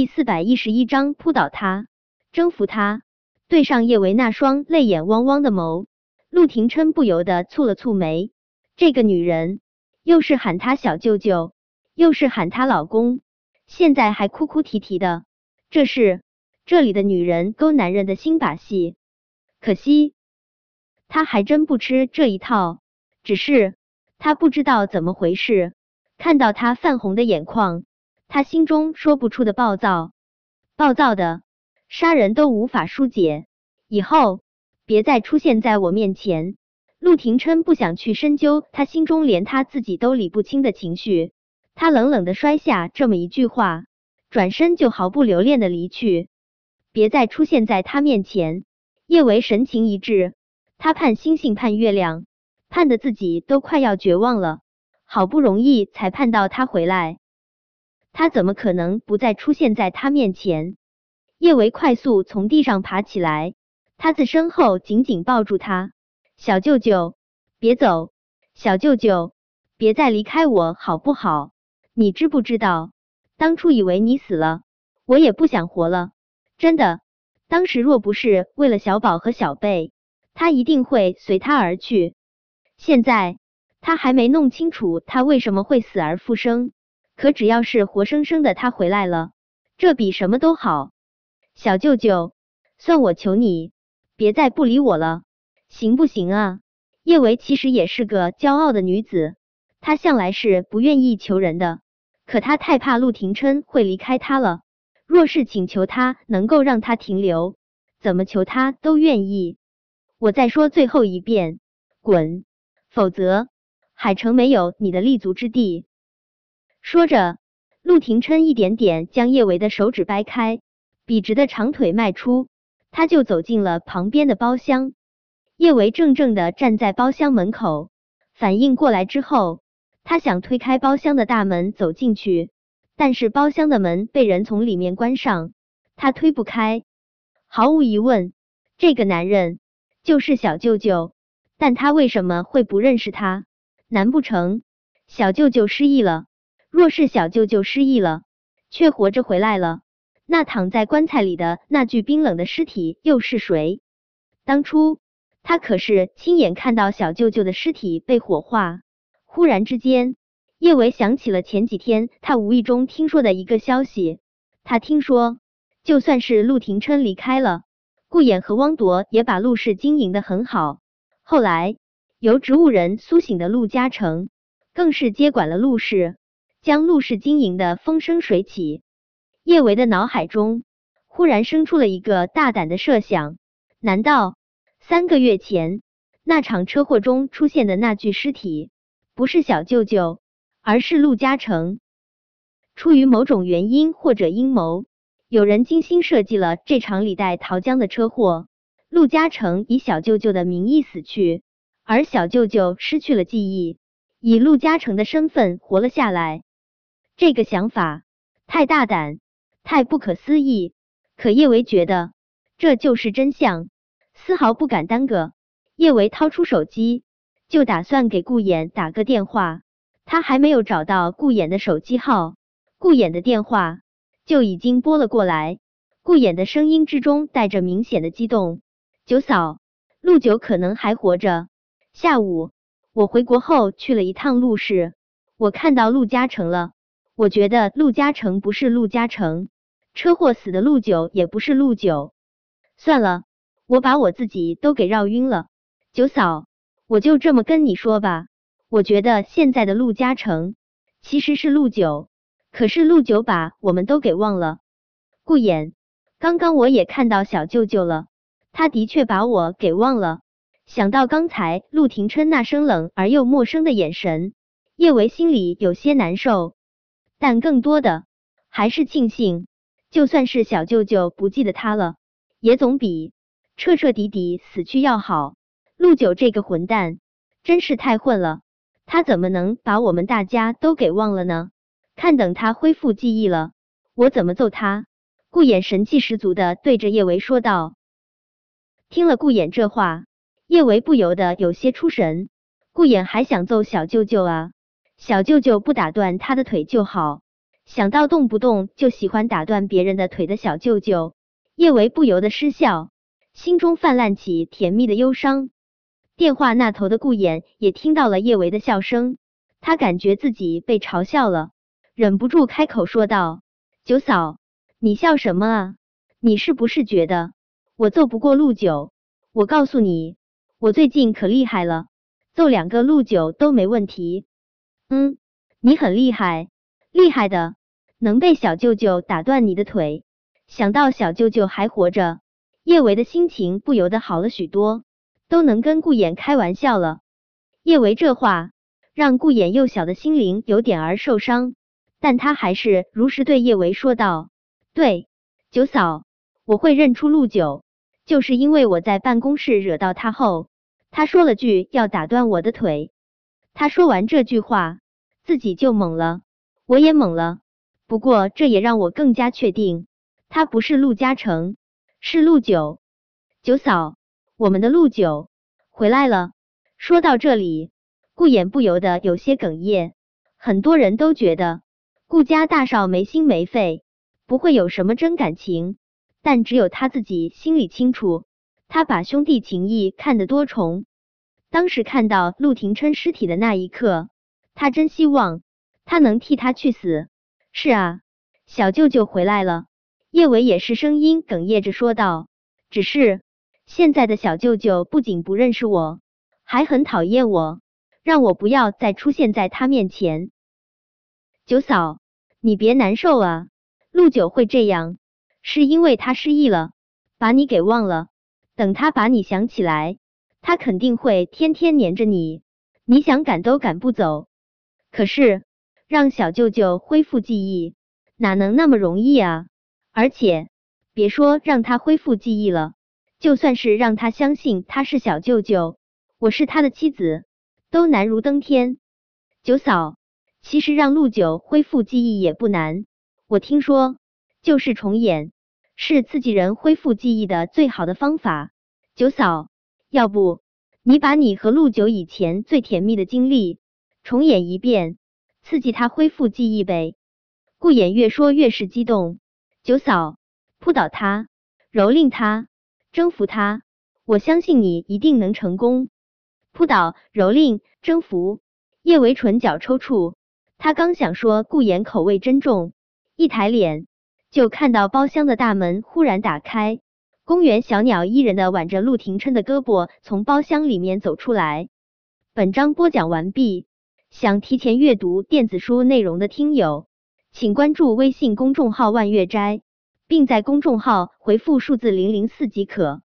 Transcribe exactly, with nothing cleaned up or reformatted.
第四百一十一章扑倒他，征服他。对上叶维那双泪眼汪汪的眸，陆廷琛不由得蹙了蹙眉。这个女人，又是喊他小舅舅，又是喊他老公，现在还哭哭啼啼的，这是这里的女人勾男人的新把戏。可惜他还真不吃这一套，只是他不知道怎么回事，看到他泛红的眼眶，他心中说不出的暴躁，暴躁的杀人都无法疏解。以后别再出现在我面前。陆廷琛不想去深究他心中连他自己都理不清的情绪，他冷冷的摔下这么一句话，转身就毫不留恋的离去。别再出现在他面前。叶维神情一滞，他盼星星盼月亮，盼得自己都快要绝望了，好不容易才盼到他回来，他怎么可能不再出现在他面前？叶维快速从地上爬起来，他自身后紧紧抱住他。小舅舅，别走！小舅舅，别再离开我好不好？你知不知道，当初以为你死了，我也不想活了。真的，当时若不是为了小宝和小贝，他一定会随他而去。现在他还没弄清楚他为什么会死而复生，可只要是活生生的他回来了，这比什么都好。小舅舅，算我求你，别再不理我了，行不行啊？叶维其实也是个骄傲的女子，她向来是不愿意求人的，可她太怕陆廷琛会离开她了。若是请求他能够让他停留，怎么求他都愿意。我再说最后一遍，滚！否则海城没有你的立足之地。说着，陆廷琛一点点将叶维的手指掰开，笔直的长腿迈出，他就走进了旁边的包厢。叶维怔怔的站在包厢门口，反应过来之后，他想推开包厢的大门走进去，但是包厢的门被人从里面关上，他推不开。毫无疑问，这个男人就是小舅舅，但他为什么会不认识他？难不成小舅舅失忆了？若是小舅舅失忆了，却活着回来了，那躺在棺材里的那具冰冷的尸体又是谁？当初他可是亲眼看到小舅舅的尸体被火化。忽然之间，叶维想起了前几天他无意中听说的一个消息，他听说就算是陆廷琛离开了，顾衍和汪铎也把陆氏经营得很好。后来由植物人苏醒的陆嘉诚更是接管了陆氏，将陆氏经营得风生水起。叶维的脑海中忽然生出了一个大胆的设想，难道三个月前那场车祸中出现的那具尸体不是小舅舅，而是陆嘉诚？出于某种原因或者阴谋，有人精心设计了这场李代桃僵的车祸，陆嘉诚以小舅舅的名义死去，而小舅舅失去了记忆，以陆嘉诚的身份活了下来。这个想法太大胆，太不可思议，可叶维觉得这就是真相，丝毫不敢耽搁。叶维掏出手机，就打算给顾衍打个电话。他还没有找到顾衍的手机号，顾衍的电话就已经拨了过来。顾衍的声音之中带着明显的激动：九嫂，陆九可能还活着。下午我回国后去了一趟陆氏，我看到陆嘉诚了。我觉得陆嘉诚不是陆嘉诚，车祸死的陆九也不是陆九。算了，我把我自己都给绕晕了。九嫂，我就这么跟你说吧，我觉得现在的陆嘉诚其实是陆九，可是陆九把我们都给忘了。顾衍，刚刚我也看到小舅舅了，他的确把我给忘了。想到刚才陆廷琛那生冷而又陌生的眼神，叶维心里有些难受，但更多的还是庆幸，就算是小舅舅不记得他了，也总比彻彻底底死去要好。陆九这个混蛋真是太混了，他怎么能把我们大家都给忘了呢？看等他恢复记忆了，我怎么揍他？顾衍神气十足的对着叶维说道。听了顾衍这话，叶维不由得有些出神。顾衍还想揍小舅舅啊？小舅舅不打断他的腿就好， 想到动不动就喜欢打断别人的腿的小舅舅，叶维不由得失笑，心中泛滥起甜蜜的忧伤。电话那头的顾衍也听到了叶维的笑声，他感觉自己被嘲笑了，忍不住开口说道：九嫂，你笑什么啊？你是不是觉得我揍不过陆九？我告诉你，我最近可厉害了，揍两个陆九都没问题。嗯，你很厉害，厉害的，能被小舅舅打断你的腿。想到小舅舅还活着，叶维的心情不由得好了许多，都能跟顾衍开玩笑了。叶维这话让顾衍幼小的心灵有点儿受伤，但他还是如实对叶维说道：对，九嫂，我会认出陆九，就是因为我在办公室惹到他后，他说了句要打断我的腿。他说完这句话，自己就懵了，我也懵了，不过这也让我更加确定，他不是陆嘉诚，是陆九。九嫂，我们的陆九回来了。说到这里，顾衍不由得有些哽咽。很多人都觉得顾家大少没心没肺，不会有什么真感情，但只有他自己心里清楚，他把兄弟情谊看得多重。当时看到陆廷琛尸体的那一刻，他真希望他能替他去死。是啊，小舅舅回来了。叶维也是声音哽咽着说道，只是现在的小舅舅不仅不认识我，还很讨厌我，让我不要再出现在他面前。九嫂，你别难受啊，陆九会这样，是因为他失忆了，把你给忘了，等他把你想起来，他肯定会天天黏着你，你想赶都赶不走。可是让小舅舅恢复记忆，哪能那么容易啊？而且别说让他恢复记忆了，就算是让他相信他是小舅舅，我是他的妻子，都难如登天。九嫂，其实让陆九恢复记忆也不难，我听说就是重演，是刺激人恢复记忆的最好的方法。九嫂，要不你把你和陆九以前最甜蜜的经历重演一遍，刺激他恢复记忆呗。顾衍越说越是激动，九嫂，扑倒他，蹂躏他，征服他，我相信你一定能成功。扑倒、蹂躏、征服，叶维唇角抽搐，他刚想说顾衍口味真重，一抬脸就看到包厢的大门忽然打开，公园小鸟依人的挽着陆廷琛的胳膊从包厢里面走出来。本章播讲完毕，想提前阅读电子书内容的听友，请关注微信公众号万月斋，并在公众号回复数字零零四即可。